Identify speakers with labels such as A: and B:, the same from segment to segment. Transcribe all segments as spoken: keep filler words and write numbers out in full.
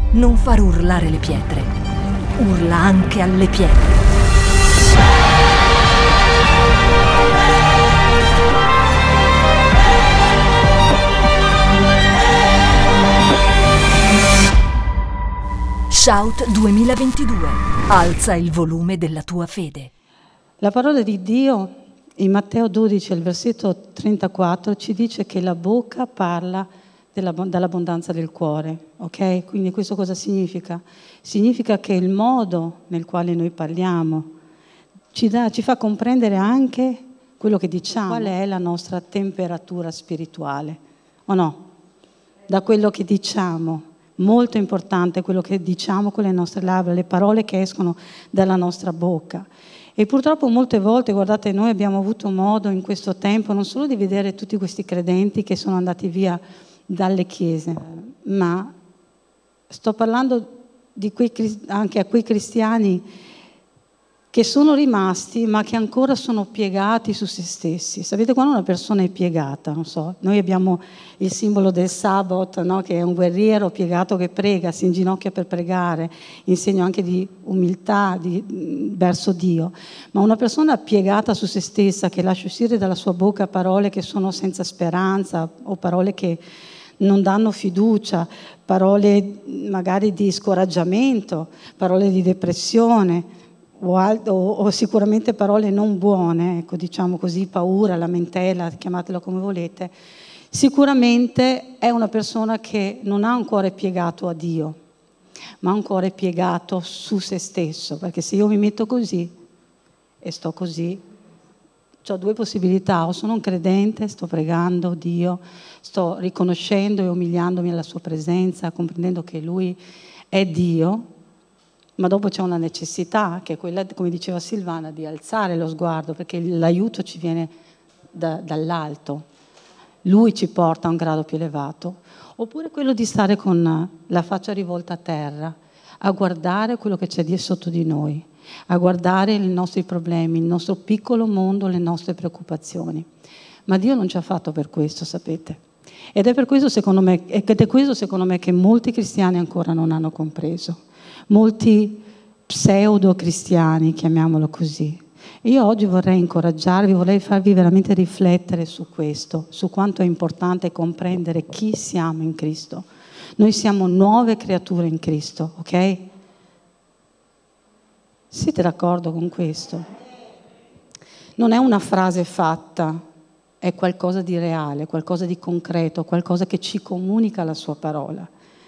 A: non far urlare le pietre, urla anche alle pietre. Shout duemilaventidue. Alza il volume della tua fede.
B: La parola di Dio in Matteo dodici, al versetto trentaquattro, ci dice che la bocca parla della, dall'abbondanza del cuore, ok? Quindi questo cosa significa? Significa che il modo nel quale noi parliamo ci, dà, ci fa comprendere anche quello che diciamo, qual è la nostra temperatura spirituale, o no? Da quello che diciamo. Molto importante quello che diciamo con le nostre labbra, le parole che escono dalla nostra bocca. E purtroppo molte volte, guardate, noi abbiamo avuto modo in questo tempo non solo di vedere tutti questi credenti che sono andati via dalle chiese, ma sto parlando di quei, anche a quei cristiani che sono rimasti ma che ancora sono piegati su se stessi. Sapete quando una persona è piegata? Non so, noi abbiamo il simbolo del Sabbath, no? Che è un guerriero piegato che prega, si inginocchia per pregare, insegno anche di umiltà di, verso Dio. Ma una persona piegata su se stessa, che lascia uscire dalla sua bocca parole che sono senza speranza o parole che non danno fiducia, parole magari di scoraggiamento, parole di depressione, O, alto, o sicuramente parole non buone, ecco, diciamo così, paura, lamentela, chiamatela come volete, sicuramente è una persona che non ha un cuore piegato a Dio, ma ha un cuore piegato su se stesso, perché se io mi metto così e sto così, ho due possibilità: o sono un credente, sto pregando Dio, sto riconoscendo e umiliandomi alla sua presenza, comprendendo che Lui è Dio, ma dopo c'è una necessità, che è quella, come diceva Silvana, di alzare lo sguardo, perché l'aiuto ci viene da, dall'alto. Lui ci porta a un grado più elevato. Oppure quello di stare con la faccia rivolta a terra, a guardare quello che c'è di sotto di noi, a guardare i nostri problemi, il nostro piccolo mondo, le nostre preoccupazioni. Ma Dio non ci ha fatto per questo, sapete? Ed è per questo, secondo me, ed è questo, secondo me, che molti cristiani ancora non hanno compreso. Molti pseudo-cristiani, chiamiamolo così. Io oggi vorrei incoraggiarvi, vorrei farvi veramente riflettere su questo, su quanto è importante comprendere chi siamo in Cristo. Noi siamo nuove creature in Cristo, ok? Siete d'accordo con questo? Non è una frase fatta, è qualcosa di reale, qualcosa di concreto, qualcosa che ci comunica la sua parola.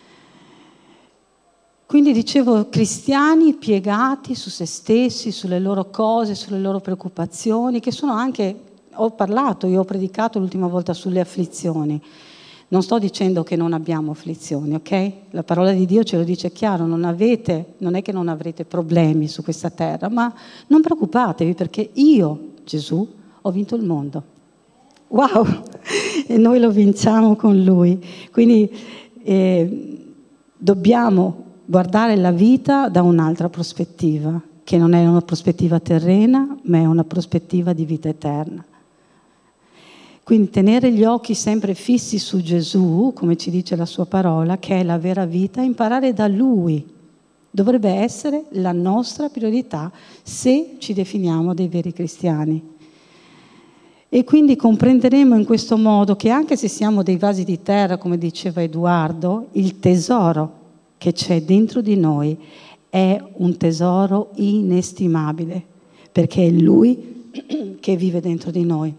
B: Quindi dicevo, cristiani piegati su se stessi, sulle loro cose, sulle loro preoccupazioni, che sono anche, ho parlato, io ho predicato l'ultima volta sulle afflizioni. Non sto dicendo che non abbiamo afflizioni, ok? La parola di Dio ce lo dice chiaro, non avete, non è che non avrete problemi su questa terra, ma non preoccupatevi, perché io, Gesù, ho vinto il mondo. Wow! E noi lo vinciamo con Lui. Quindi eh, dobbiamo guardare la vita da un'altra prospettiva, che non è una prospettiva terrena, ma è una prospettiva di vita eterna. Quindi tenere gli occhi sempre fissi su Gesù, come ci dice la sua parola, che è la vera vita, imparare da Lui. Dovrebbe essere la nostra priorità se ci definiamo dei veri cristiani. E quindi comprenderemo in questo modo che anche se siamo dei vasi di terra, come diceva Edoardo, il tesoro che c'è dentro di noi è un tesoro inestimabile, perché è Lui che vive dentro di noi.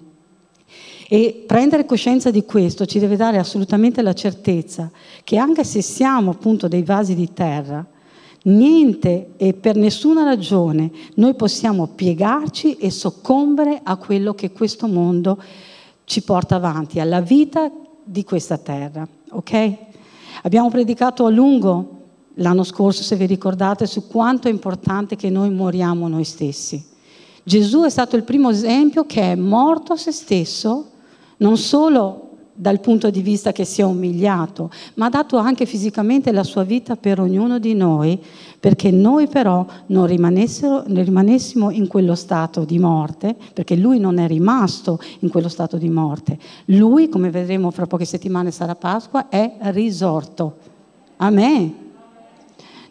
B: E prendere coscienza di questo ci deve dare assolutamente la certezza che anche se siamo appunto dei vasi di terra, niente e per nessuna ragione noi possiamo piegarci e soccombere a quello che questo mondo ci porta avanti, alla vita di questa terra, ok? Abbiamo predicato a lungo l'anno scorso, se vi ricordate, su quanto è importante che noi moriamo noi stessi. Gesù è stato il primo esempio che è morto a se stesso, non solo dal punto di vista che si è umiliato, ma ha dato anche fisicamente la sua vita per ognuno di noi, perché noi però non rimanessero, non rimanessimo in quello stato di morte, perché Lui non è rimasto in quello stato di morte. Lui, come vedremo fra poche settimane sarà Pasqua, è risorto. Amen.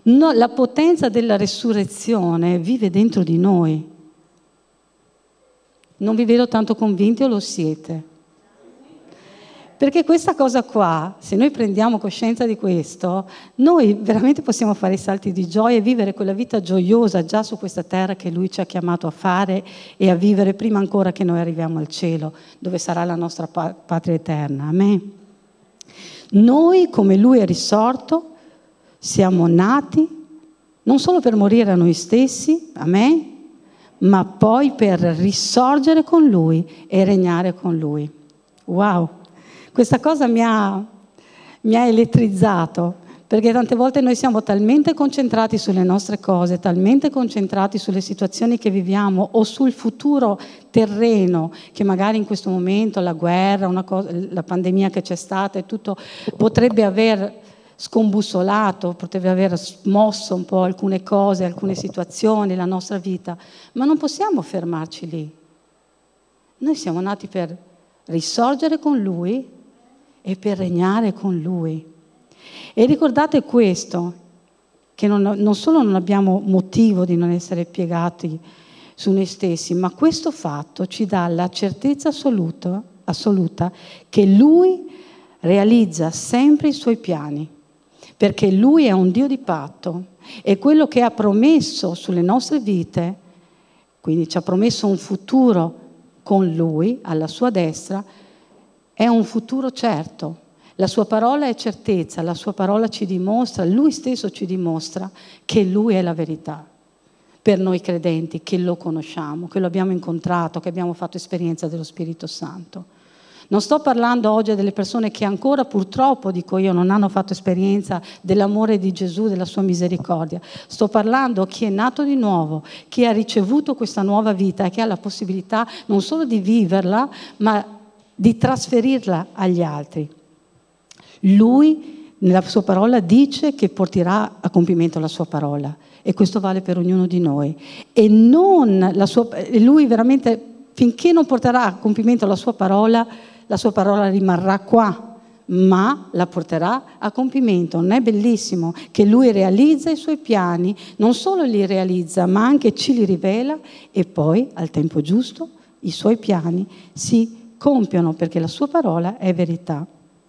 B: No, la potenza della resurrezione vive dentro di noi. Non vi vedo tanto convinti o lo siete? Perché questa cosa qua, se noi prendiamo coscienza di questo, noi veramente possiamo fare i salti di gioia e vivere quella vita gioiosa già su questa terra che Lui ci ha chiamato a fare e a vivere prima ancora che noi arriviamo al cielo, dove sarà la nostra patria eterna. Amen. Noi, come Lui è risorto, siamo nati non solo per morire a noi stessi, amen, ma poi per risorgere con Lui e regnare con Lui. Wow! Questa cosa mi ha, mi ha elettrizzato, perché tante volte noi siamo talmente concentrati sulle nostre cose, talmente concentrati sulle situazioni che viviamo o sul futuro terreno, che magari in questo momento la guerra, una cosa, la pandemia che c'è stata e tutto potrebbe aver scombussolato, potrebbe aver smosso un po' alcune cose, alcune situazioni, la nostra vita, ma non possiamo fermarci lì. Noi siamo nati per risorgere con Lui e per regnare con Lui. E ricordate questo, che non, non solo non abbiamo motivo di non essere piegati su noi stessi, ma questo fatto ci dà la certezza assoluta, assoluta che Lui realizza sempre i Suoi piani, perché Lui è un Dio di patto e quello che ha promesso sulle nostre vite, quindi ci ha promesso un futuro con Lui, alla Sua destra, è un futuro certo. La Sua parola è certezza, la Sua parola ci dimostra, Lui stesso ci dimostra che Lui è la verità. Per noi credenti che lo conosciamo, che lo abbiamo incontrato, che abbiamo fatto esperienza dello Spirito Santo. Non sto parlando oggi delle persone che ancora purtroppo, dico io, non hanno fatto esperienza dell'amore di Gesù, della sua misericordia. Sto parlando chi è nato di nuovo, chi ha ricevuto questa nuova vita e che ha la possibilità non solo di viverla, ma di trasferirla agli altri. Lui, nella sua parola, dice che porterà a compimento la sua parola. E questo vale per ognuno di noi. E non la sua, lui veramente, finché non porterà a compimento la sua parola, la sua parola rimarrà qua, ma la porterà a compimento. Non è bellissimo che Lui realizza i Suoi piani, non solo li realizza, ma anche ci li rivela e poi, al tempo giusto, i Suoi piani si compiono perché la Sua parola è verità.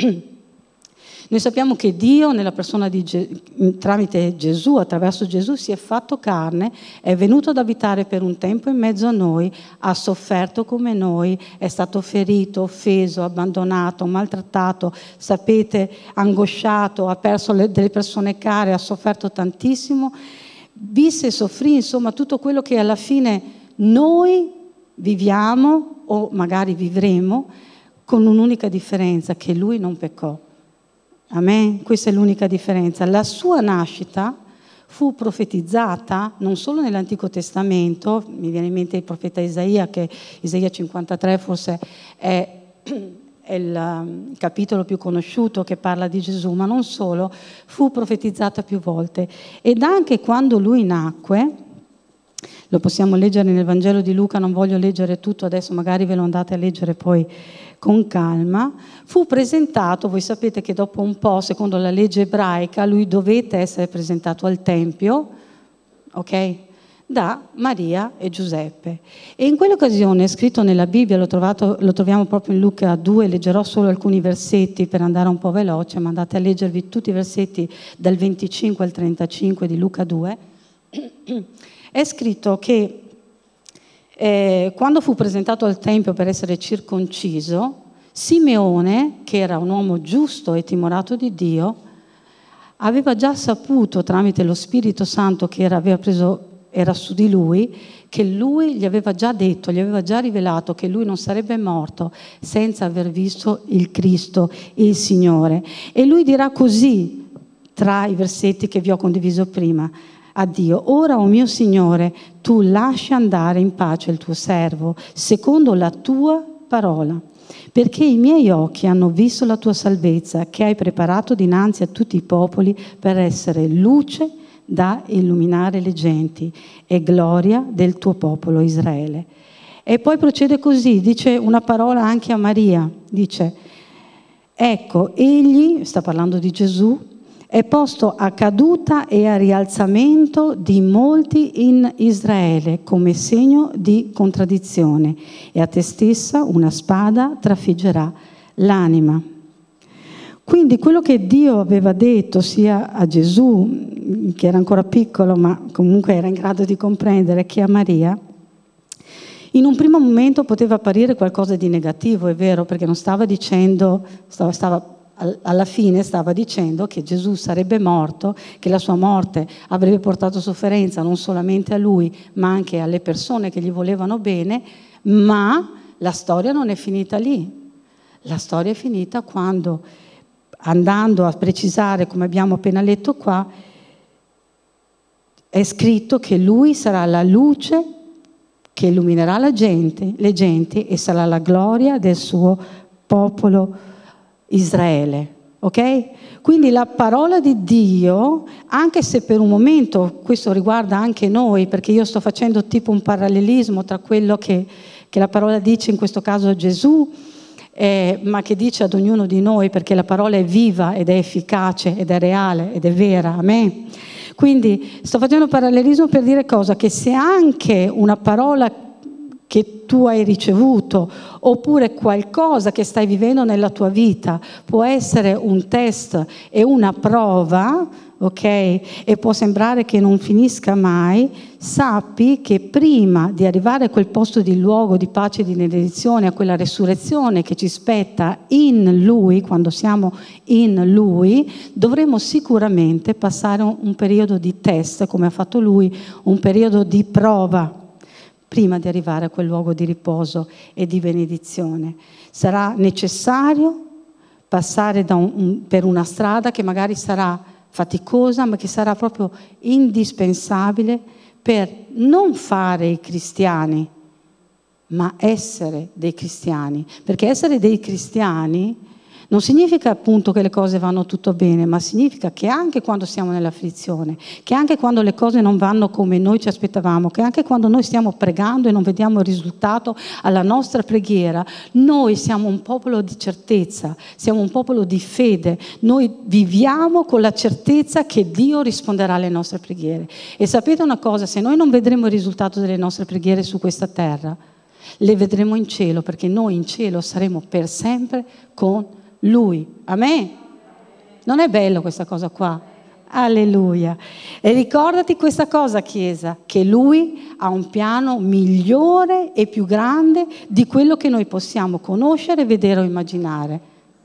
B: Noi sappiamo che Dio, nella persona di Ge- tramite Gesù, attraverso Gesù, si è fatto carne, è venuto ad abitare per un tempo in mezzo a noi, ha sofferto come noi, è stato ferito, offeso, abbandonato, maltrattato, sapete, angosciato, ha perso le, delle persone care, ha sofferto tantissimo, visse e soffrì, insomma, tutto quello che alla fine noi viviamo o magari vivremo, con un'unica differenza, che Lui non peccò. Amen? Questa è l'unica differenza. La sua nascita fu profetizzata non solo nell'Antico Testamento, mi viene in mente il profeta Isaia, che Isaia cinquantatré forse è, è il capitolo più conosciuto che parla di Gesù, ma non solo, fu profetizzata più volte. Ed anche quando Lui nacque, lo possiamo leggere nel Vangelo di Luca, non voglio leggere tutto adesso, magari ve lo andate a leggere poi con calma, fu presentato, voi sapete che dopo un po', secondo la legge ebraica, lui dovette essere presentato al Tempio, ok? Da Maria e Giuseppe. E in quell'occasione, scritto nella Bibbia, l'ho trovato, lo troviamo proprio in Luca due, leggerò solo alcuni versetti per andare un po' veloce, ma andate a leggervi tutti i versetti dal venticinque al trentacinque di Luca due, è scritto che Eh, quando fu presentato al Tempio per essere circonciso, Simeone, che era un uomo giusto e timorato di Dio, aveva già saputo tramite lo Spirito Santo che era, aveva preso, era su di lui, che lui gli aveva già detto, gli aveva già rivelato che lui non sarebbe morto senza aver visto il Cristo, il Signore. E lui dirà così, tra i versetti che vi ho condiviso prima, a Dio: ora, o mio Signore, tu lascia andare in pace il tuo servo, secondo la tua parola, perché i miei occhi hanno visto la tua salvezza, che hai preparato dinanzi a tutti i popoli per essere luce da illuminare le genti e gloria del tuo popolo Israele. E poi procede così, dice una parola anche a Maria, dice: ecco, egli, sta parlando di Gesù, è posto a caduta e a rialzamento di molti in Israele come segno di contraddizione, e a te stessa una spada trafiggerà l'anima. Quindi quello che Dio aveva detto sia a Gesù, che era ancora piccolo ma comunque era in grado di comprendere, che a Maria, in un primo momento poteva apparire qualcosa di negativo, è vero, perché non stava dicendo, stava, stava alla fine stava dicendo che Gesù sarebbe morto, che la sua morte avrebbe portato sofferenza non solamente a lui, ma anche alle persone che gli volevano bene, ma la storia non è finita lì. La storia è finita quando, andando a precisare, come abbiamo appena letto qua, è scritto che lui sarà la luce che illuminerà la gente, le genti, e sarà la gloria del suo popolo Israele, ok? Quindi la parola di Dio, anche se per un momento questo riguarda anche noi, perché io sto facendo tipo un parallelismo tra quello che, che la parola dice, in questo caso a Gesù, eh, ma che dice ad ognuno di noi, perché la parola è viva ed è efficace ed è reale ed è vera, amen? Quindi sto facendo un parallelismo per dire cosa? Che se anche una parola che tu hai ricevuto, oppure qualcosa che stai vivendo nella tua vita, può essere un test e una prova, ok? E può sembrare che non finisca mai, sappi che prima di arrivare a quel posto di luogo di pace e di benedizione, a quella resurrezione che ci spetta in Lui, quando siamo in Lui, dovremo sicuramente passare un, un periodo di test, come ha fatto Lui, un periodo di prova, prima di arrivare a quel luogo di riposo e di benedizione. Sarà necessario passare da un, un, per una strada che magari sarà faticosa, ma che sarà proprio indispensabile per non fare i cristiani, ma essere dei cristiani. Perché essere dei cristiani non significa appunto che le cose vanno tutto bene, ma significa che anche quando siamo nell'afflizione, che anche quando le cose non vanno come noi ci aspettavamo, che anche quando noi stiamo pregando e non vediamo il risultato alla nostra preghiera, noi siamo un popolo di certezza, siamo un popolo di fede, noi viviamo con la certezza che Dio risponderà alle nostre preghiere. E sapete una cosa, se noi non vedremo il risultato delle nostre preghiere su questa terra, le vedremo in cielo, perché noi in cielo saremo per sempre con Lui. Amen? Non è bello questa cosa qua? Alleluia. E ricordati questa cosa, Chiesa, che Lui ha un piano migliore e più grande di quello che noi possiamo conoscere, vedere o immaginare.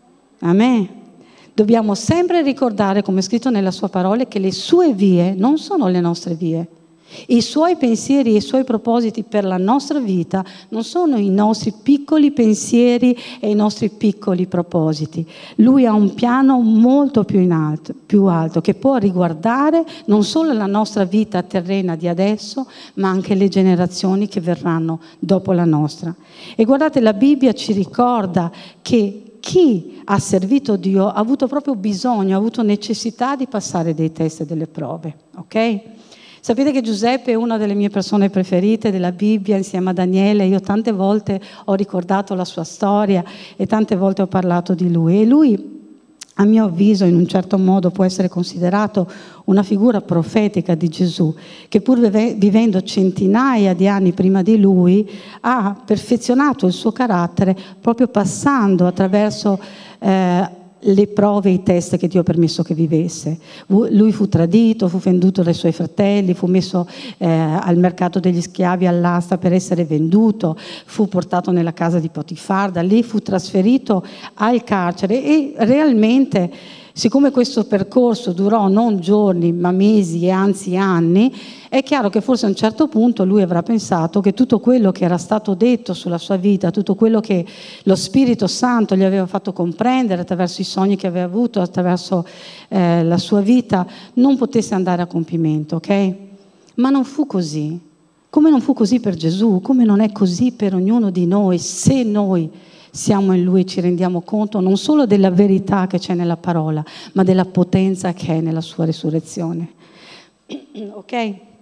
B: Amen. Dobbiamo sempre ricordare, come è scritto nella sua parola, che le sue vie non sono le nostre vie. I suoi pensieri e i suoi propositi per la nostra vita non sono i nostri piccoli pensieri e i nostri piccoli propositi. Lui ha un piano molto più in alto, più alto, che può riguardare non solo la nostra vita terrena di adesso, ma anche le generazioni che verranno dopo la nostra. E guardate, la Bibbia ci ricorda che chi ha servito Dio ha avuto proprio bisogno, ha avuto necessità di passare dei test e delle prove, ok? Sapete che Giuseppe è una delle mie persone preferite della Bibbia, insieme a Daniele. Io tante volte ho ricordato la sua storia e tante volte ho parlato di lui. E lui, a mio avviso, in un certo modo può essere considerato una figura profetica di Gesù, che pur vivendo centinaia di anni prima di lui, ha perfezionato il suo carattere proprio passando attraverso eh, le prove e i test che Dio ha permesso che vivesse. Lui fu tradito, fu venduto dai suoi fratelli, fu messo eh, al mercato degli schiavi all'asta per essere venduto, fu portato nella casa di Potifar, da lì fu trasferito al carcere e realmente, siccome questo percorso durò non giorni ma mesi e anzi anni, è chiaro che forse a un certo punto lui avrà pensato che tutto quello che era stato detto sulla sua vita, tutto quello che lo Spirito Santo gli aveva fatto comprendere attraverso i sogni che aveva avuto, attraverso eh, la sua vita, non potesse andare a compimento, ok? Ma non fu così. Come non fu così per Gesù, come non è così per ognuno di noi, se noi siamo in Lui e ci rendiamo conto non solo della verità che c'è nella parola, ma della potenza che è nella sua risurrezione. Ok?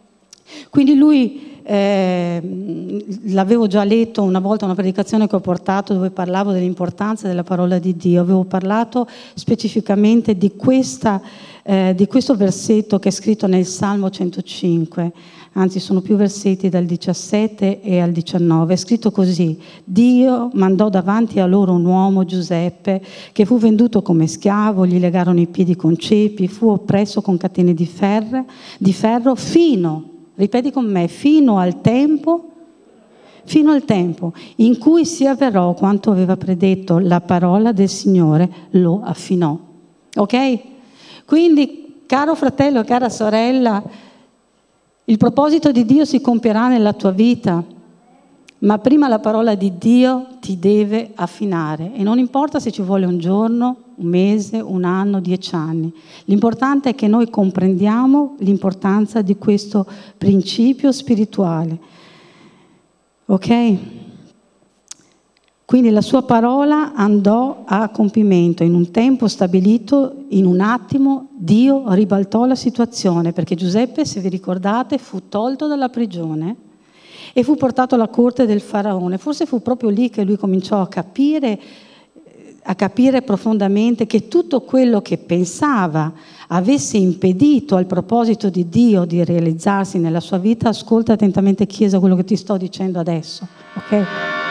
B: Quindi lui, eh, l'avevo già letto una volta, una predicazione che ho portato dove parlavo dell'importanza della parola di Dio, avevo parlato specificamente di, questa, eh, di questo versetto che è scritto nel Salmo centocinque, anzi sono più versetti dal diciassette e al diciannove, è scritto così: Dio mandò davanti a loro un uomo, Giuseppe, che fu venduto come schiavo, gli legarono i piedi con cepi, fu oppresso con catene di ferro, di ferro fino, ripeti con me, fino al tempo, fino al tempo in cui si avverò quanto aveva predetto, la parola del Signore lo affinò. Ok? Quindi, caro fratello e cara sorella, il proposito di Dio si compierà nella tua vita, ma prima la parola di Dio ti deve affinare, e non importa se ci vuole un giorno, un mese, un anno, dieci anni. L'importante è che noi comprendiamo l'importanza di questo principio spirituale. Ok? Quindi la sua parola andò a compimento in un tempo stabilito, in un attimo Dio ribaltò la situazione, perché Giuseppe, se vi ricordate, fu tolto dalla prigione e fu portato alla corte del faraone. Forse fu proprio lì che lui cominciò a capire, a capire profondamente che tutto quello che pensava avesse impedito al proposito di Dio di realizzarsi nella sua vita. Ascolta attentamente, Chiesa, quello che ti sto dicendo adesso, ok?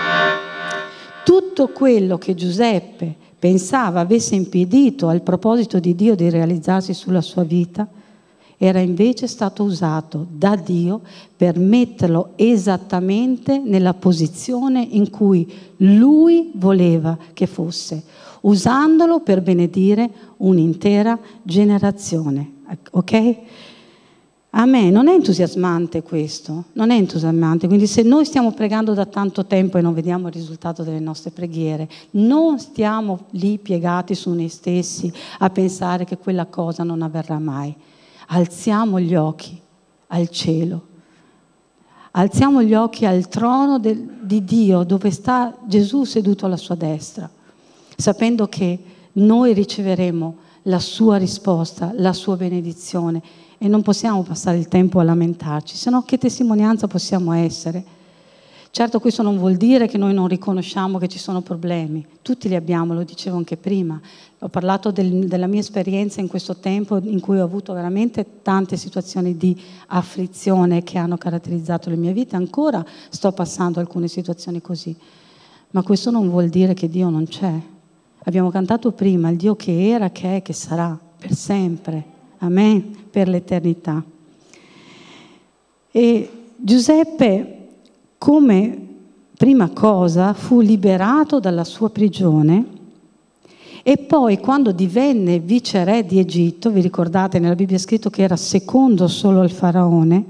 B: Tutto quello che Giuseppe pensava avesse impedito al proposito di Dio di realizzarsi sulla sua vita era invece stato usato da Dio per metterlo esattamente nella posizione in cui Lui voleva che fosse, usandolo per benedire un'intera generazione. Ok? A me non è entusiasmante questo, non è entusiasmante. Quindi se noi stiamo pregando da tanto tempo e non vediamo il risultato delle nostre preghiere, non stiamo lì piegati su noi stessi a pensare che quella cosa non avverrà mai. Alziamo gli occhi al cielo, alziamo gli occhi al trono del, di Dio, dove sta Gesù seduto alla sua destra, sapendo che noi riceveremo la sua risposta, la sua benedizione. E non possiamo passare il tempo a lamentarci, se no che testimonianza possiamo essere? Certo, questo non vuol dire che noi non riconosciamo che ci sono problemi, tutti li abbiamo, lo dicevo anche prima. Ho parlato del, della mia esperienza in questo tempo in cui ho avuto veramente tante situazioni di afflizione che hanno caratterizzato la mia vita, ancora sto passando alcune situazioni così, ma questo non vuol dire che Dio non c'è. Abbiamo cantato prima, il Dio che era, che è, che sarà, per sempre. Amen, per l'eternità. E Giuseppe, come prima cosa, fu liberato dalla sua prigione e poi, quando divenne viceré di Egitto, vi ricordate, nella Bibbia è scritto che era secondo solo al faraone,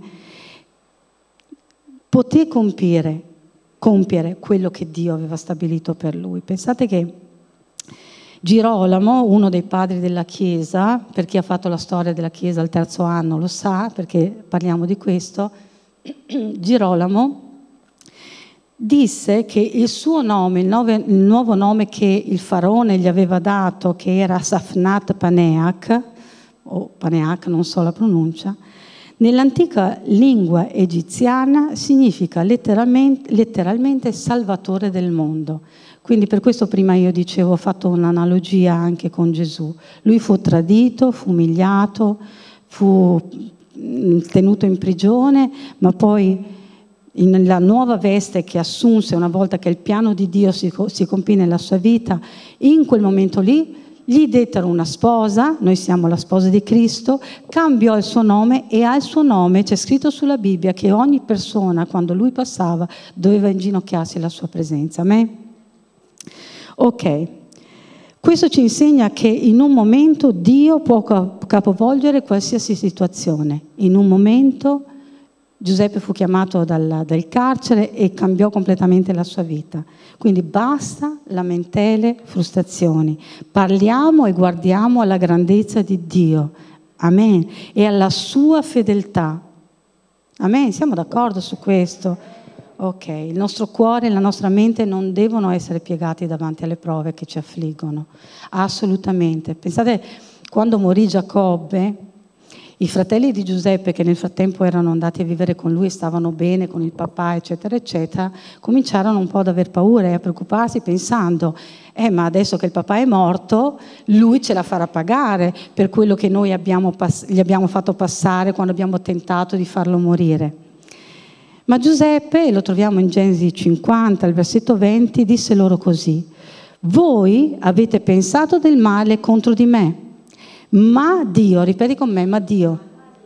B: poté compiere, compiere quello che Dio aveva stabilito per lui. Pensate che Girolamo, uno dei padri della Chiesa, per chi ha fatto la storia della Chiesa al terzo anno lo sa, perché parliamo di questo, Girolamo disse che il suo nome, il, nove, il nuovo nome che il faraone gli aveva dato, che era Safnat Paneach, o Paneach, non so la pronuncia, nell'antica lingua egiziana significa letteralmente, letteralmente salvatore del mondo. Quindi per questo prima io dicevo, ho fatto un'analogia anche con Gesù. Lui fu tradito, fu umiliato, fu tenuto in prigione, ma poi nella nuova veste che assunse una volta che il piano di Dio si, si compì nella sua vita, in quel momento lì gli dettero una sposa, noi siamo la sposa di Cristo, cambiò il suo nome e al suo nome c'è scritto sulla Bibbia che ogni persona quando lui passava doveva inginocchiarsi alla sua presenza. Amen? Ok, questo ci insegna che in un momento Dio può capovolgere qualsiasi situazione. In un momento Giuseppe fu chiamato dal, dal carcere e cambiò completamente la sua vita. Quindi basta lamentele, frustrazioni. Parliamo e guardiamo alla grandezza di Dio. Amen. E alla sua fedeltà. Amen. Siamo d'accordo su questo? Ok, il nostro cuore e la nostra mente non devono essere piegati davanti alle prove che ci affliggono, assolutamente. Pensate, quando morì Giacobbe, I fratelli di Giuseppe, che nel frattempo erano andati a vivere con lui e stavano bene con il papà, eccetera, eccetera, cominciarono un po' ad aver paura e a preoccuparsi pensando eh ma adesso che il papà è morto, lui ce la farà pagare per quello che noi abbiamo pass- gli abbiamo fatto passare quando abbiamo tentato di farlo morire. Ma Giuseppe, e lo troviamo in Genesi cinquanta, il versetto venti, disse loro così: voi avete pensato del male contro di me, ma Dio, ripeti con me, ma Dio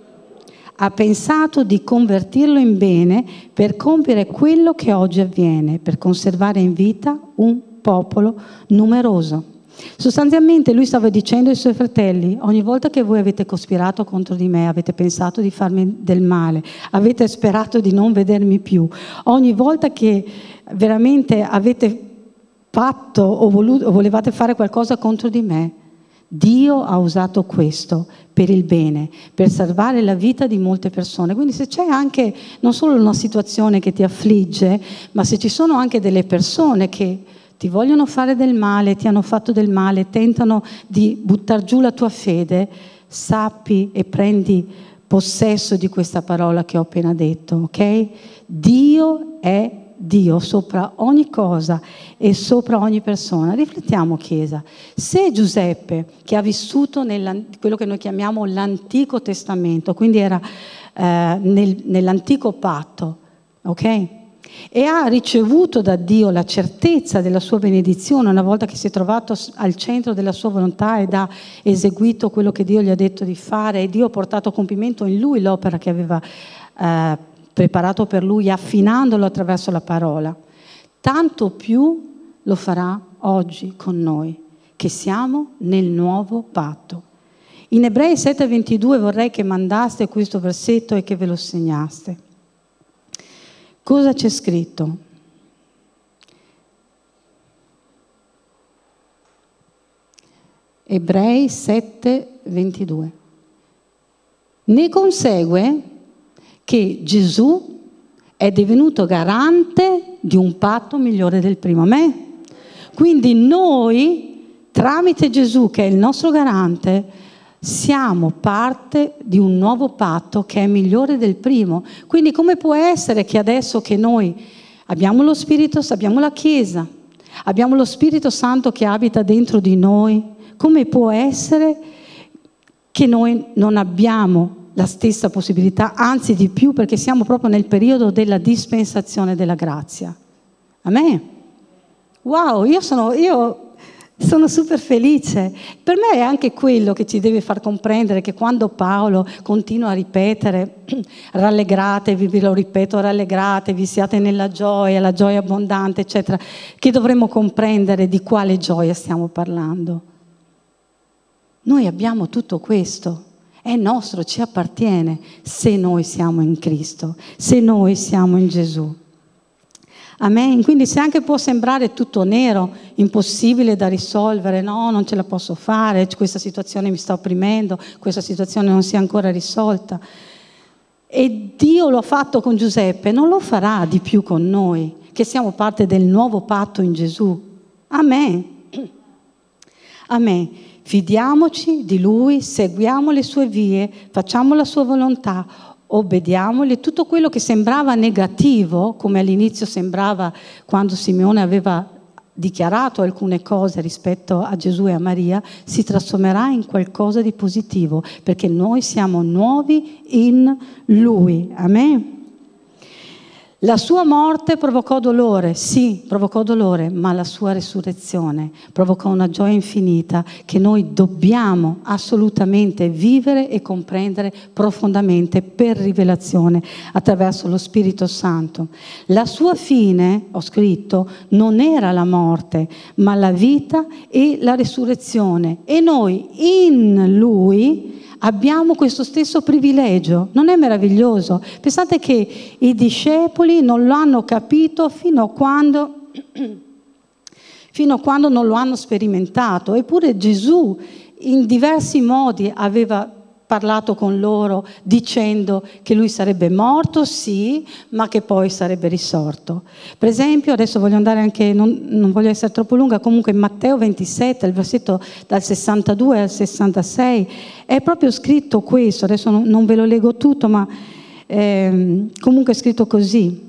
B: ha pensato di convertirlo in bene per compiere quello che oggi avviene, per conservare in vita un popolo numeroso. Sostanzialmente lui stava dicendo ai suoi fratelli: ogni volta che voi avete cospirato contro di me, avete pensato di farmi del male, avete sperato di non vedermi più, ogni volta che veramente avete fatto o, voluto, o volevate fare qualcosa contro di me, Dio ha usato questo per il bene, per salvare la vita di molte persone. Quindi se c'è anche non solo una situazione che ti affligge, ma se ci sono anche delle persone che ti vogliono fare del male, ti hanno fatto del male, tentano di buttar giù la tua fede, sappi e prendi possesso di questa parola che ho appena detto, ok? Dio è Dio sopra ogni cosa e sopra ogni persona. Riflettiamo, Chiesa. Se Giuseppe, che ha vissuto nel quello che noi chiamiamo l'Antico Testamento, quindi era eh, nel, nell'Antico Patto, ok? E ha ricevuto da Dio la certezza della sua benedizione una volta che si è trovato al centro della sua volontà ed ha eseguito quello che Dio gli ha detto di fare, e Dio ha portato a compimento in lui l'opera che aveva eh, preparato per lui, affinandolo attraverso la parola. Tanto più lo farà oggi con noi, che siamo nel nuovo patto. In Ebrei sette ventidue vorrei che mandaste questo versetto e che ve lo segnaste. Cosa c'è scritto? Ebrei sette ventidue. Ne consegue che Gesù è divenuto garante di un patto migliore del primo. Amen? Quindi noi, tramite Gesù, che è il nostro garante, siamo parte di un nuovo patto che è migliore del primo. Quindi come può essere che adesso che noi abbiamo lo Spirito, abbiamo la Chiesa, abbiamo lo Spirito Santo che abita dentro di noi, come può essere che noi non abbiamo la stessa possibilità, anzi di più, perché siamo proprio nel periodo della dispensazione della grazia? Amen? Wow, io sono... Io Sono super felice. Per me è anche quello che ci deve far comprendere che quando Paolo continua a ripetere rallegratevi, vi lo ripeto, rallegratevi, siate nella gioia, la gioia abbondante, eccetera, che dovremmo comprendere di quale gioia stiamo parlando. Noi abbiamo tutto questo, è nostro, ci appartiene, se noi siamo in Cristo, se noi siamo in Gesù. Amen. Quindi se anche può sembrare tutto nero, impossibile da risolvere, no, non ce la posso fare, questa situazione mi sta opprimendo, questa situazione non si è ancora risolta. E Dio lo ha fatto con Giuseppe, non lo farà di più con noi, che siamo parte del nuovo patto in Gesù. Amen. Amen. Fidiamoci di Lui, seguiamo le sue vie, facciamo la sua volontà, obbediamoli. Tutto quello che sembrava negativo, come all'inizio sembrava quando Simeone aveva dichiarato alcune cose rispetto a Gesù e a Maria, si trasformerà in qualcosa di positivo, perché noi siamo nuovi in Lui. Amen. La sua morte provocò dolore, sì, provocò dolore, ma la sua resurrezione provocò una gioia infinita che noi dobbiamo assolutamente vivere e comprendere profondamente per rivelazione attraverso lo Spirito Santo. La sua fine, ho scritto, non era la morte, ma la vita e la resurrezione. E noi in Lui abbiamo questo stesso privilegio. Non è meraviglioso? Pensate che i discepoli non lo hanno capito fino a quando, fino a quando non lo hanno sperimentato. Eppure Gesù in diversi modi aveva parlato con loro dicendo che lui sarebbe morto, sì, ma che poi sarebbe risorto. Per esempio, adesso voglio andare anche, non, non voglio essere troppo lunga, comunque in Matteo ventisette, il versetto dal sessantadue al sessantasei, è proprio scritto questo, adesso non, non ve lo leggo tutto, ma eh, comunque è scritto così.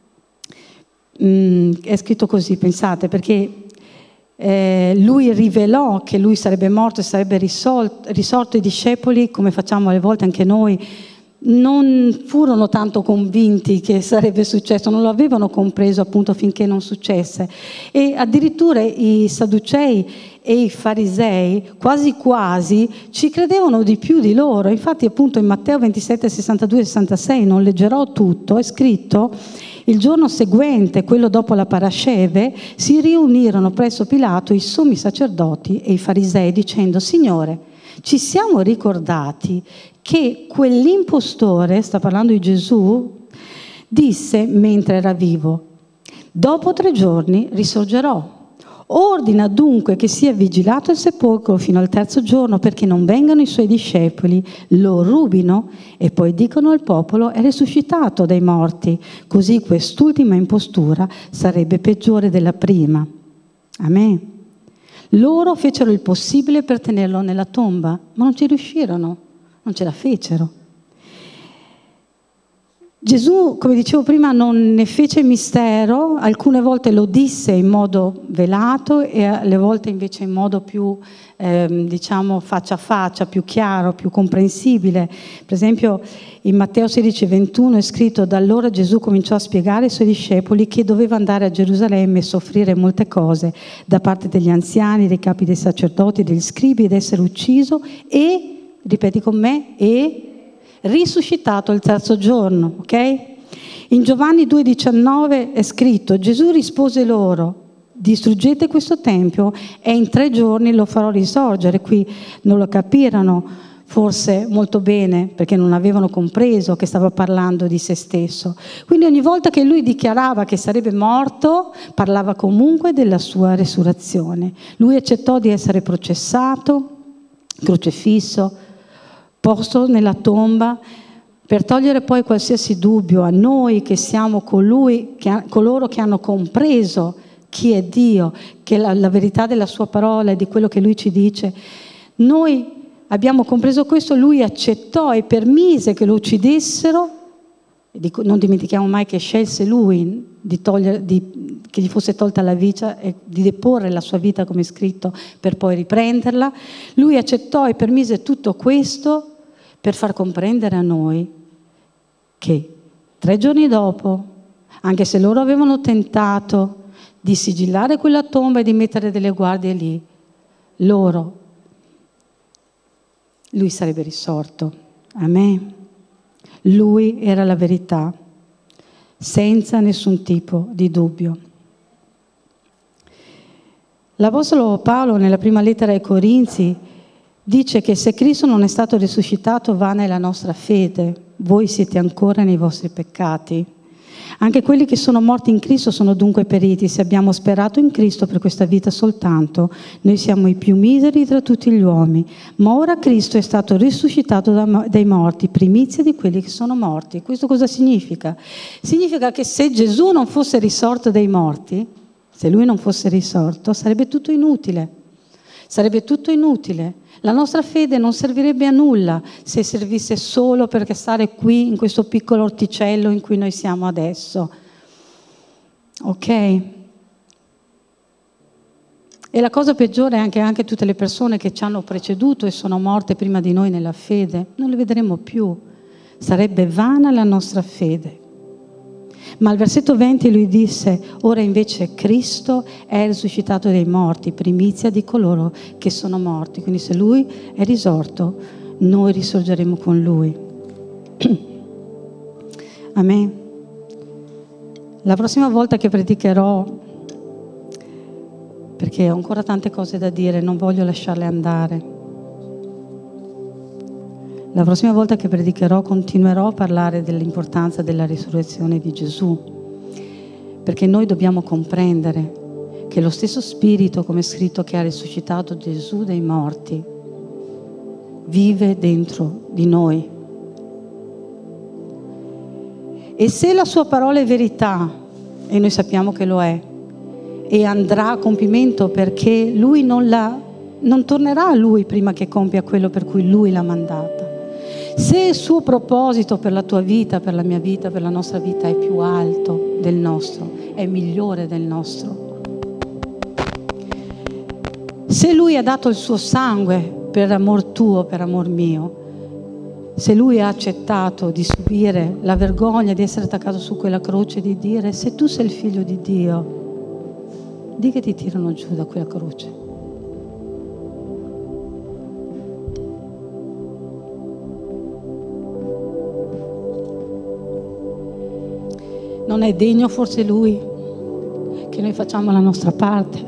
B: Mm, è scritto così, pensate, perché Eh, lui rivelò che lui sarebbe morto e sarebbe risolto, risorto. I discepoli, come facciamo alle volte anche noi, non furono tanto convinti che sarebbe successo, non lo avevano compreso appunto finché non successe. E addirittura i Sadducei e i Farisei quasi quasi ci credevano di più di loro. Infatti appunto in Matteo ventisette, sessantadue e sessantasei, non leggerò tutto, è scritto: il giorno seguente, quello dopo la Parasceve, si riunirono presso Pilato i sommi sacerdoti e i farisei dicendo: Signore, ci siamo ricordati che quell'impostore, sta parlando di Gesù, disse mentre era vivo: dopo tre giorni risorgerò. Ordina dunque che sia vigilato il sepolcro fino al terzo giorno, perché non vengano i suoi discepoli, lo rubino e poi dicono al popolo: è risuscitato dai morti. Così quest'ultima impostura sarebbe peggiore della prima. Amen. Loro fecero il possibile per tenerlo nella tomba, ma non ci riuscirono, non ce la fecero. Gesù, come dicevo prima, non ne fece mistero, alcune volte lo disse in modo velato e alle volte invece in modo più, eh, diciamo, faccia a faccia, più chiaro, più comprensibile. Per esempio in Matteo sedici ventuno è scritto: da allora Gesù cominciò a spiegare ai suoi discepoli che doveva andare a Gerusalemme e soffrire molte cose da parte degli anziani, dei capi dei sacerdoti, degli scribi, ed essere ucciso e, ripeti con me, e risuscitato il terzo giorno, ok? In Giovanni due diciannove è scritto: Gesù rispose loro: distruggete questo tempio e in tre giorni lo farò risorgere. Qui non lo capirono forse molto bene, perché non avevano compreso che stava parlando di se stesso. Quindi ogni volta che lui dichiarava che sarebbe morto, parlava comunque della sua resurrezione. Lui accettò di essere processato, crocefisso, posto nella tomba, per togliere poi qualsiasi dubbio a noi che siamo colui, che ha, coloro che hanno compreso chi è Dio, che la, la verità della sua parola e di quello che lui ci dice. Noi abbiamo compreso questo, lui accettò e permise che lo uccidessero. Non dimentichiamo mai che scelse lui di togliere, di, che gli fosse tolta la vita e di deporre la sua vita, come è scritto, per poi riprenderla. Lui accettò e permise tutto questo per far comprendere a noi che tre giorni dopo, anche se loro avevano tentato di sigillare quella tomba e di mettere delle guardie lì, loro, lui sarebbe risorto. Amen. Lui era la verità, senza nessun tipo di dubbio. L'Apostolo Paolo, nella prima lettera ai Corinzi, dice che se Cristo non è stato risuscitato, vana è la nostra fede, voi siete ancora nei vostri peccati. Anche quelli che sono morti in Cristo sono dunque periti. Se abbiamo sperato in Cristo per questa vita soltanto, noi siamo i più miseri tra tutti gli uomini. Ma ora Cristo è stato risuscitato dai morti, primizia di quelli che sono morti. Questo cosa significa? Significa che se Gesù non fosse risorto dai morti, se Lui non fosse risorto, sarebbe tutto inutile. Sarebbe tutto inutile. La nostra fede non servirebbe a nulla se servisse solo per stare qui in questo piccolo orticello in cui noi siamo adesso. Ok? E la cosa peggiore è che anche tutte le persone che ci hanno preceduto e sono morte prima di noi nella fede, non le vedremo più. Sarebbe vana la nostra fede. Ma al versetto venti lui disse: ora invece Cristo è risuscitato dai morti, primizia di coloro che sono morti. Quindi se lui è risorto, noi risorgeremo con lui. Amen. La prossima volta che predicherò, perché ho ancora tante cose da dire, non voglio lasciarle andare. La prossima volta che predicherò continuerò a parlare dell'importanza della risurrezione di Gesù, perché noi dobbiamo comprendere che lo stesso Spirito, come è scritto, che ha risuscitato Gesù dai morti, vive dentro di noi. E se la sua parola è verità, e noi sappiamo che lo è, e andrà a compimento, perché lui non, la, non tornerà a lui prima che compia quello per cui lui l'ha mandata. Se il suo proposito per la tua vita, per la mia vita, per la nostra vita è più alto del nostro, è migliore del nostro, se lui ha dato il suo sangue per amor tuo, per amor mio, se lui ha accettato di subire la vergogna di essere attaccato su quella croce, di dire: se tu sei il figlio di Dio, di che ti tirano giù da quella croce. Non è degno forse lui che noi facciamo la nostra parte?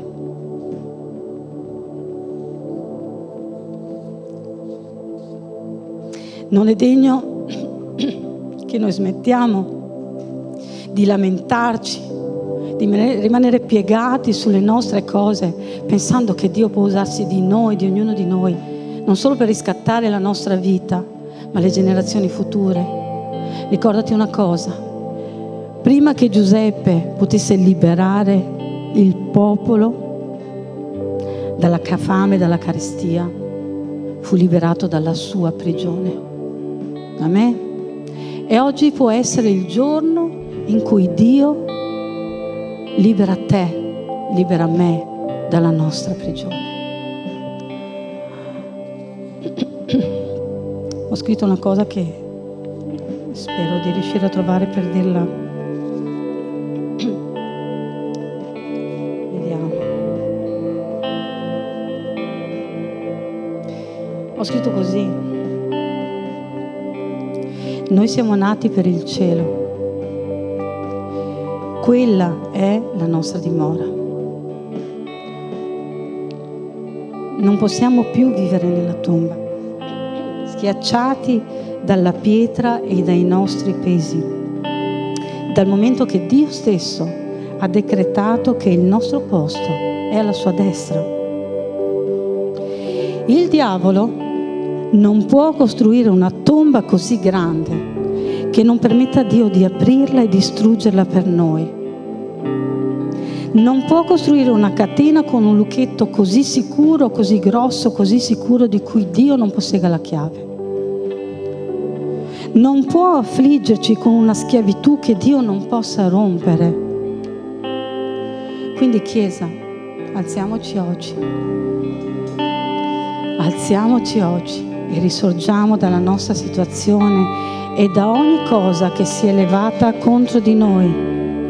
B: Non è degno che noi smettiamo di lamentarci, di rimanere piegati sulle nostre cose, pensando che Dio può usarsi di noi, di ognuno di noi, non solo per riscattare la nostra vita, ma le generazioni future. Ricordati una cosa: prima che Giuseppe potesse liberare il popolo dalla fame, dalla carestia, fu liberato dalla sua prigione. Amen. E oggi può essere il giorno in cui Dio libera te, libera me dalla nostra prigione. Ho scritto una cosa che spero di riuscire a trovare per dirla. Vediamo. Ho scritto così: noi siamo nati per il cielo. Quella è la nostra dimora. Non possiamo più vivere nella tomba, schiacciati dalla pietra e dai nostri pesi, dal momento che Dio stesso ha decretato che il nostro posto è alla sua destra. Il diavolo non può costruire una tomba così grande che non permetta a Dio di aprirla e distruggerla per noi. Non può costruire una catena con un lucchetto così sicuro, così grosso, così sicuro, di cui Dio non possegga la chiave. Non può affliggerci con una schiavitù che Dio non possa rompere. Quindi, Chiesa, alziamoci oggi. Alziamoci oggi e risorgiamo dalla nostra situazione e da ogni cosa che si è levata contro di noi.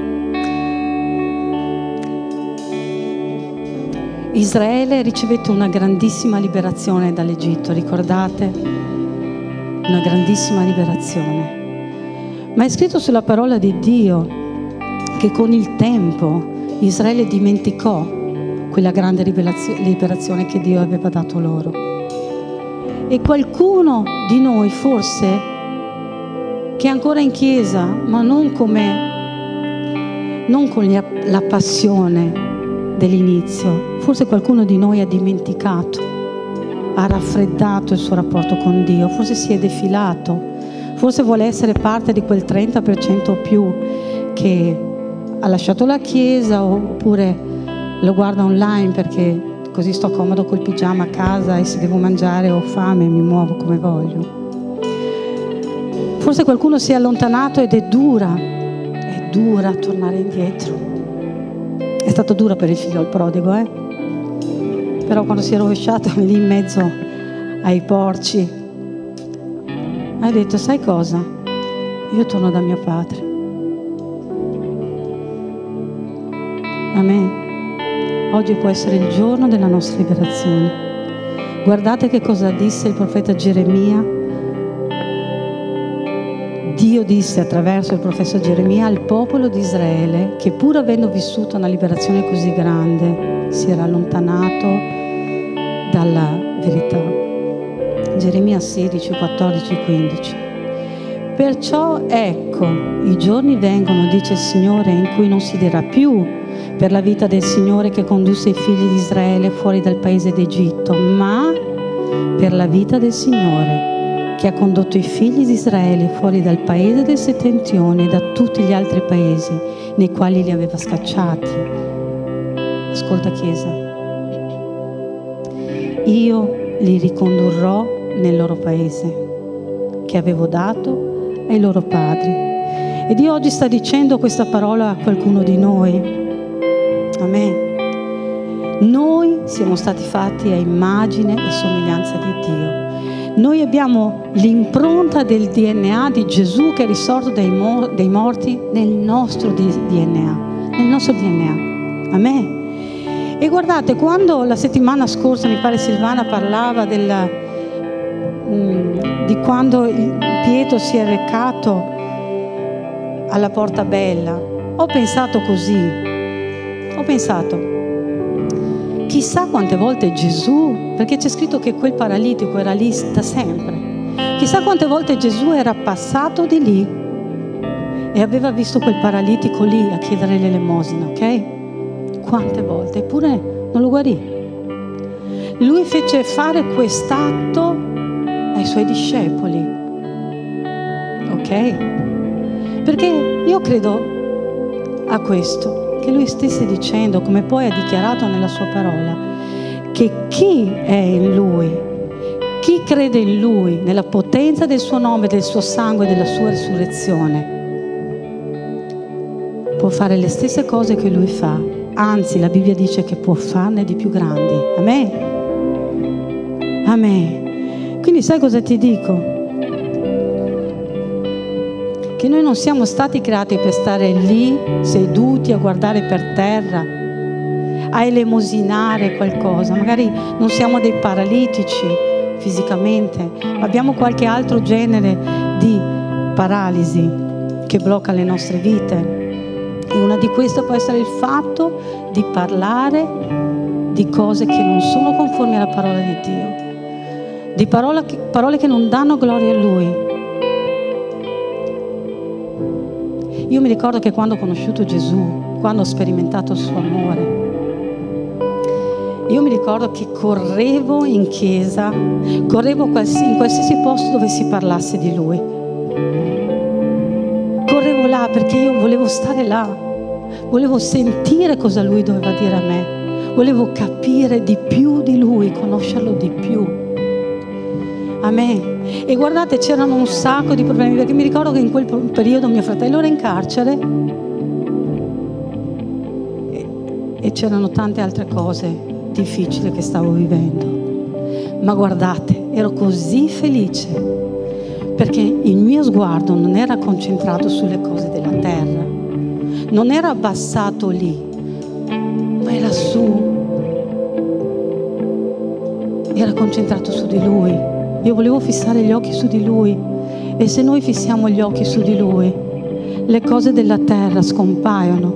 B: Israele ricevette una grandissima liberazione dall'Egitto, ricordate? Una grandissima liberazione. Ma è scritto sulla parola di Dio che con il tempo Israele dimenticò quella grande liberazione che Dio aveva dato loro. E qualcuno di noi forse, che è ancora in chiesa, ma non come non con la passione dell'inizio, forse qualcuno di noi ha dimenticato, ha raffreddato il suo rapporto con Dio, forse si è defilato, forse vuole essere parte di quel trenta per cento o più che ha lasciato la chiesa, oppure lo guarda online perché così sto comodo col pigiama a casa e se devo mangiare ho fame mi muovo come voglio. Forse qualcuno si è allontanato ed è dura, è dura tornare indietro. È stato duro per il figlio il prodigo, eh? Però quando si è rovesciato lì in mezzo ai porci, ha detto: sai cosa? Io torno da mio padre. Amen. Oggi può essere il giorno della nostra liberazione. Guardate che cosa disse il profeta Geremia. Dio disse attraverso il profeta Geremia al popolo di Israele che, pur avendo vissuto una liberazione così grande, si era allontanato dalla verità. Geremia sedici, quattordici, quindici. Perciò ecco, i giorni vengono, dice il Signore, in cui non si dirà più per la vita del Signore che condusse i figli di Israele fuori dal paese d'Egitto, ma per la vita del Signore, che ha condotto i figli di Israele fuori dal paese del settentrione e da tutti gli altri paesi nei quali li aveva scacciati. Ascolta, Chiesa, io li ricondurrò nel loro paese che avevo dato ai loro padri. E Dio oggi sta dicendo questa parola a qualcuno di noi. Amen. Noi siamo stati fatti a immagine e somiglianza di Dio. Noi abbiamo l'impronta del D N A di Gesù che è risorto dai, mo- dai morti nel nostro D N A. Nel nostro D N A. Amen. E guardate, quando la settimana scorsa, mi pare Silvana parlava della, mh, di quando Pietro si è recato alla Porta Bella, ho pensato così, ho pensato, chissà quante volte Gesù, perché c'è scritto che quel paralitico era lì da sempre, chissà quante volte Gesù era passato di lì e aveva visto quel paralitico lì a chiedere l'elemosina, ok? Quante volte, eppure non lo guarì. Lui fece fare quest'atto ai suoi discepoli, ok? Perché io credo a questo, che lui stesse dicendo, come poi ha dichiarato nella sua parola, che chi è in lui, chi crede in lui, nella potenza del suo nome, del suo sangue e della sua risurrezione, può fare le stesse cose che lui fa. Anzi, la Bibbia dice che può farne di più grandi. Amen. Amen. Quindi sai cosa ti dico? Che noi non siamo stati creati per stare lì seduti a guardare per terra, a elemosinare qualcosa. Magari non siamo dei paralitici fisicamente, abbiamo qualche altro genere di paralisi che blocca le nostre vite. E una di queste può essere il fatto di parlare di cose che non sono conformi alla parola di Dio, di parole che, parole che non danno gloria a Lui. Io mi ricordo che quando ho conosciuto Gesù, quando ho sperimentato il suo amore, io mi ricordo che correvo in chiesa, correvo in qualsiasi posto dove si parlasse di Lui. Correvo là perché io volevo stare là, volevo sentire cosa Lui doveva dire a me, volevo capire di più di Lui, conoscerlo di più. Amen. E guardate, c'erano un sacco di problemi, perché mi ricordo che in quel periodo mio fratello era in carcere e, e c'erano tante altre cose difficili che stavo vivendo. Ma guardate, ero così felice perché il mio sguardo non era concentrato sulle cose della terra, non era abbassato lì, ma era su, era concentrato su di Lui. Io volevo fissare gli occhi su di Lui, e se noi fissiamo gli occhi su di Lui, le cose della terra scompaiono.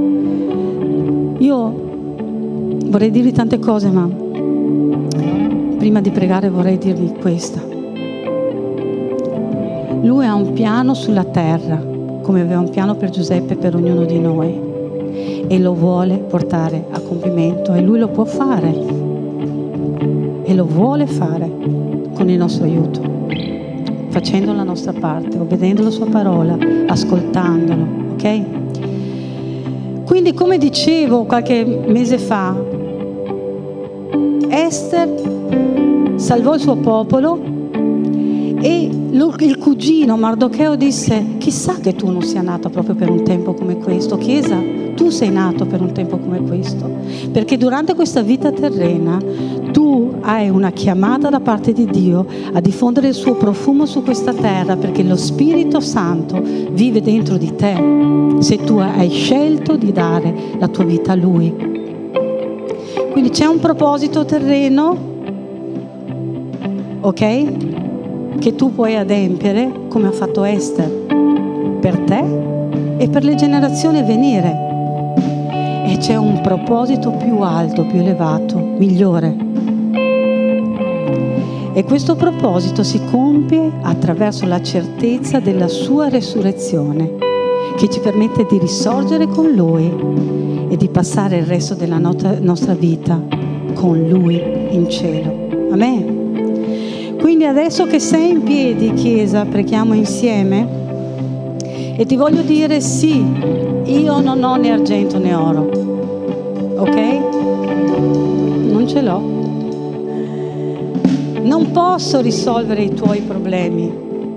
B: Io vorrei dirvi tante cose, ma prima di pregare vorrei dirvi questa. Lui ha un piano sulla terra, come aveva un piano per Giuseppe e per ognuno di noi, e lo vuole portare a compimento, e Lui lo può fare e lo vuole fare con il nostro aiuto, facendo la nostra parte, obbedendo la sua parola, ascoltandolo, ok? Quindi, come dicevo qualche mese fa, Ester salvò il suo popolo e il cugino Mardocheo disse: chissà che tu non sia nata proprio per un tempo come questo. Chiesa, tu sei nato per un tempo come questo, perché durante questa vita terrena tu hai una chiamata da parte di Dio a diffondere il suo profumo su questa terra, perché lo Spirito Santo vive dentro di te, se tu hai scelto di dare la tua vita a Lui. Quindi c'è un proposito terreno, ok? Che tu puoi adempiere, come ha fatto Ester, per te e per le generazioni a venire. E c'è un proposito più alto, più elevato, migliore. E questo proposito si compie attraverso la certezza della sua resurrezione, che ci permette di risorgere con Lui e di passare il resto della nostra vita con Lui in cielo. Amen. Quindi adesso che sei in piedi, Chiesa, preghiamo insieme e ti voglio dire sì, io non ho né argento né oro, ok? Non ce l'ho. Non posso risolvere i tuoi problemi,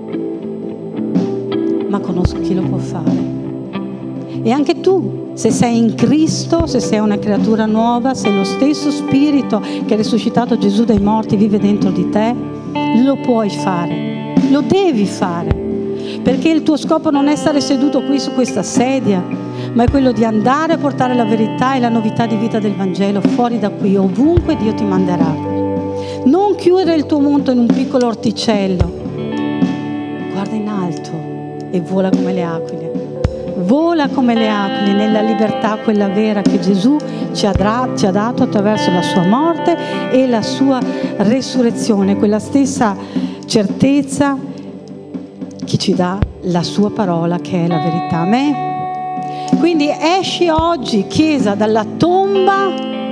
B: ma conosco chi lo può fare. E anche tu, se sei in Cristo, se sei una creatura nuova, se lo stesso Spirito che ha risuscitato Gesù dai morti vive dentro di te, lo puoi fare, lo devi fare, perché il tuo scopo non è stare seduto qui su questa sedia, ma è quello di andare a portare la verità e la novità di vita del Vangelo fuori da qui, ovunque Dio ti manderà. Non chiudere il tuo mondo in un piccolo orticello, guarda in alto e vola come le aquile. Vola come le aquile nella libertà, quella vera che Gesù ci ha, dra- ci ha dato attraverso la sua morte e la sua resurrezione, quella stessa certezza che ci dà la sua parola che è la verità. Amen? Quindi esci oggi, Chiesa, dalla tomba.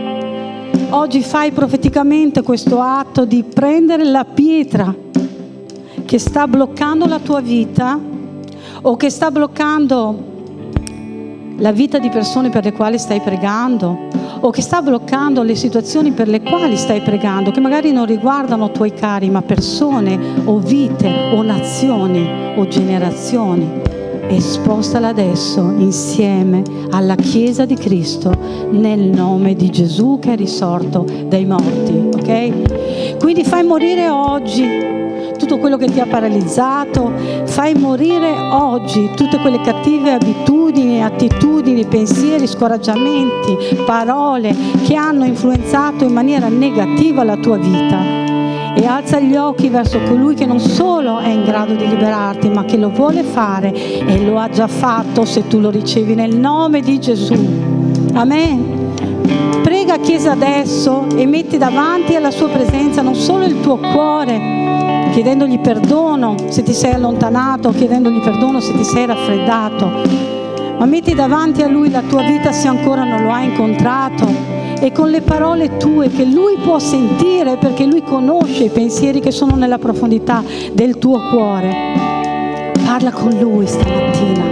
B: Oggi fai profeticamente questo atto di prendere la pietra che sta bloccando la tua vita o che sta bloccando la vita di persone per le quali stai pregando, o che sta bloccando le situazioni per le quali stai pregando, che magari non riguardano tuoi cari, ma persone o vite o nazioni o generazioni. E spostala adesso insieme alla Chiesa di Cristo nel nome di Gesù che è risorto dai morti, ok? Quindi fai morire oggi tutto quello che ti ha paralizzato, fai morire oggi tutte quelle cattive abitudini, attitudini, pensieri, scoraggiamenti, parole che hanno influenzato in maniera negativa la tua vita. E alza gli occhi verso colui che non solo è in grado di liberarti, ma che lo vuole fare e lo ha già fatto se tu lo ricevi nel nome di Gesù. Amen. Prega, Chiesa, adesso e metti davanti alla sua presenza non solo il tuo cuore, chiedendogli perdono se ti sei allontanato, chiedendogli perdono se ti sei raffreddato, ma metti davanti a Lui la tua vita se ancora non lo hai incontrato, e con le parole tue che Lui può sentire, perché Lui conosce i pensieri che sono nella profondità del tuo cuore. Parla con Lui stamattina.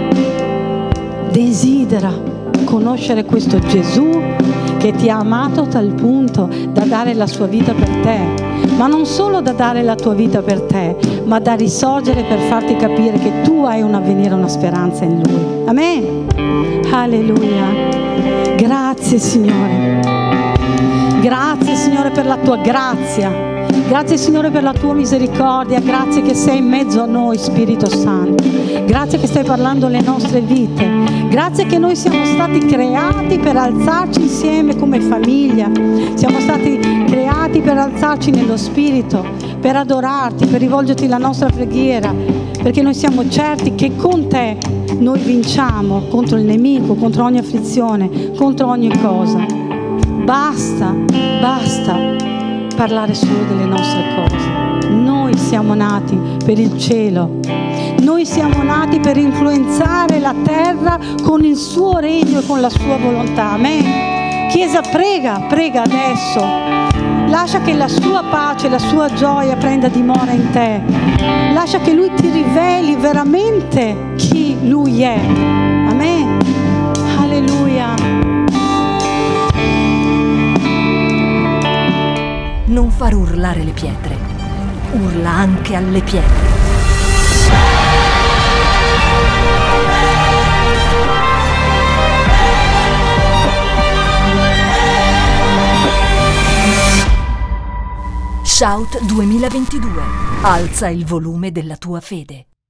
B: Desidera conoscere questo Gesù che ti ha amato a tal punto da dare la sua vita per te, ma non solo da dare la tua vita per te, ma da risorgere per farti capire che tu hai un avvenire, una speranza in Lui. Amen. Alleluia. Grazie, Signore. Grazie, Signore, per la tua grazia. Grazie, Signore, per la tua misericordia. Grazie che sei in mezzo a noi, Spirito Santo. Grazie che stai parlando alle nostre vite. Grazie che noi siamo stati creati per alzarci insieme come famiglia. Siamo stati creati per alzarci nello Spirito, per adorarti, per rivolgerti la nostra preghiera, perché noi siamo certi che con te noi vinciamo contro il nemico, contro ogni afflizione, contro ogni cosa. Basta, basta parlare solo delle nostre cose. Noi siamo nati per il cielo. Noi siamo nati per influenzare la terra con il suo regno e con la sua volontà. Amen. Chiesa, prega, prega adesso. Lascia che la sua pace, la sua gioia prenda dimora in te. Lascia che Lui ti riveli veramente chi Lui è. Amen. Alleluia.
A: Non far urlare le pietre, urla anche alle pietre. Shout duemilaventidue. Alza il volume della tua fede.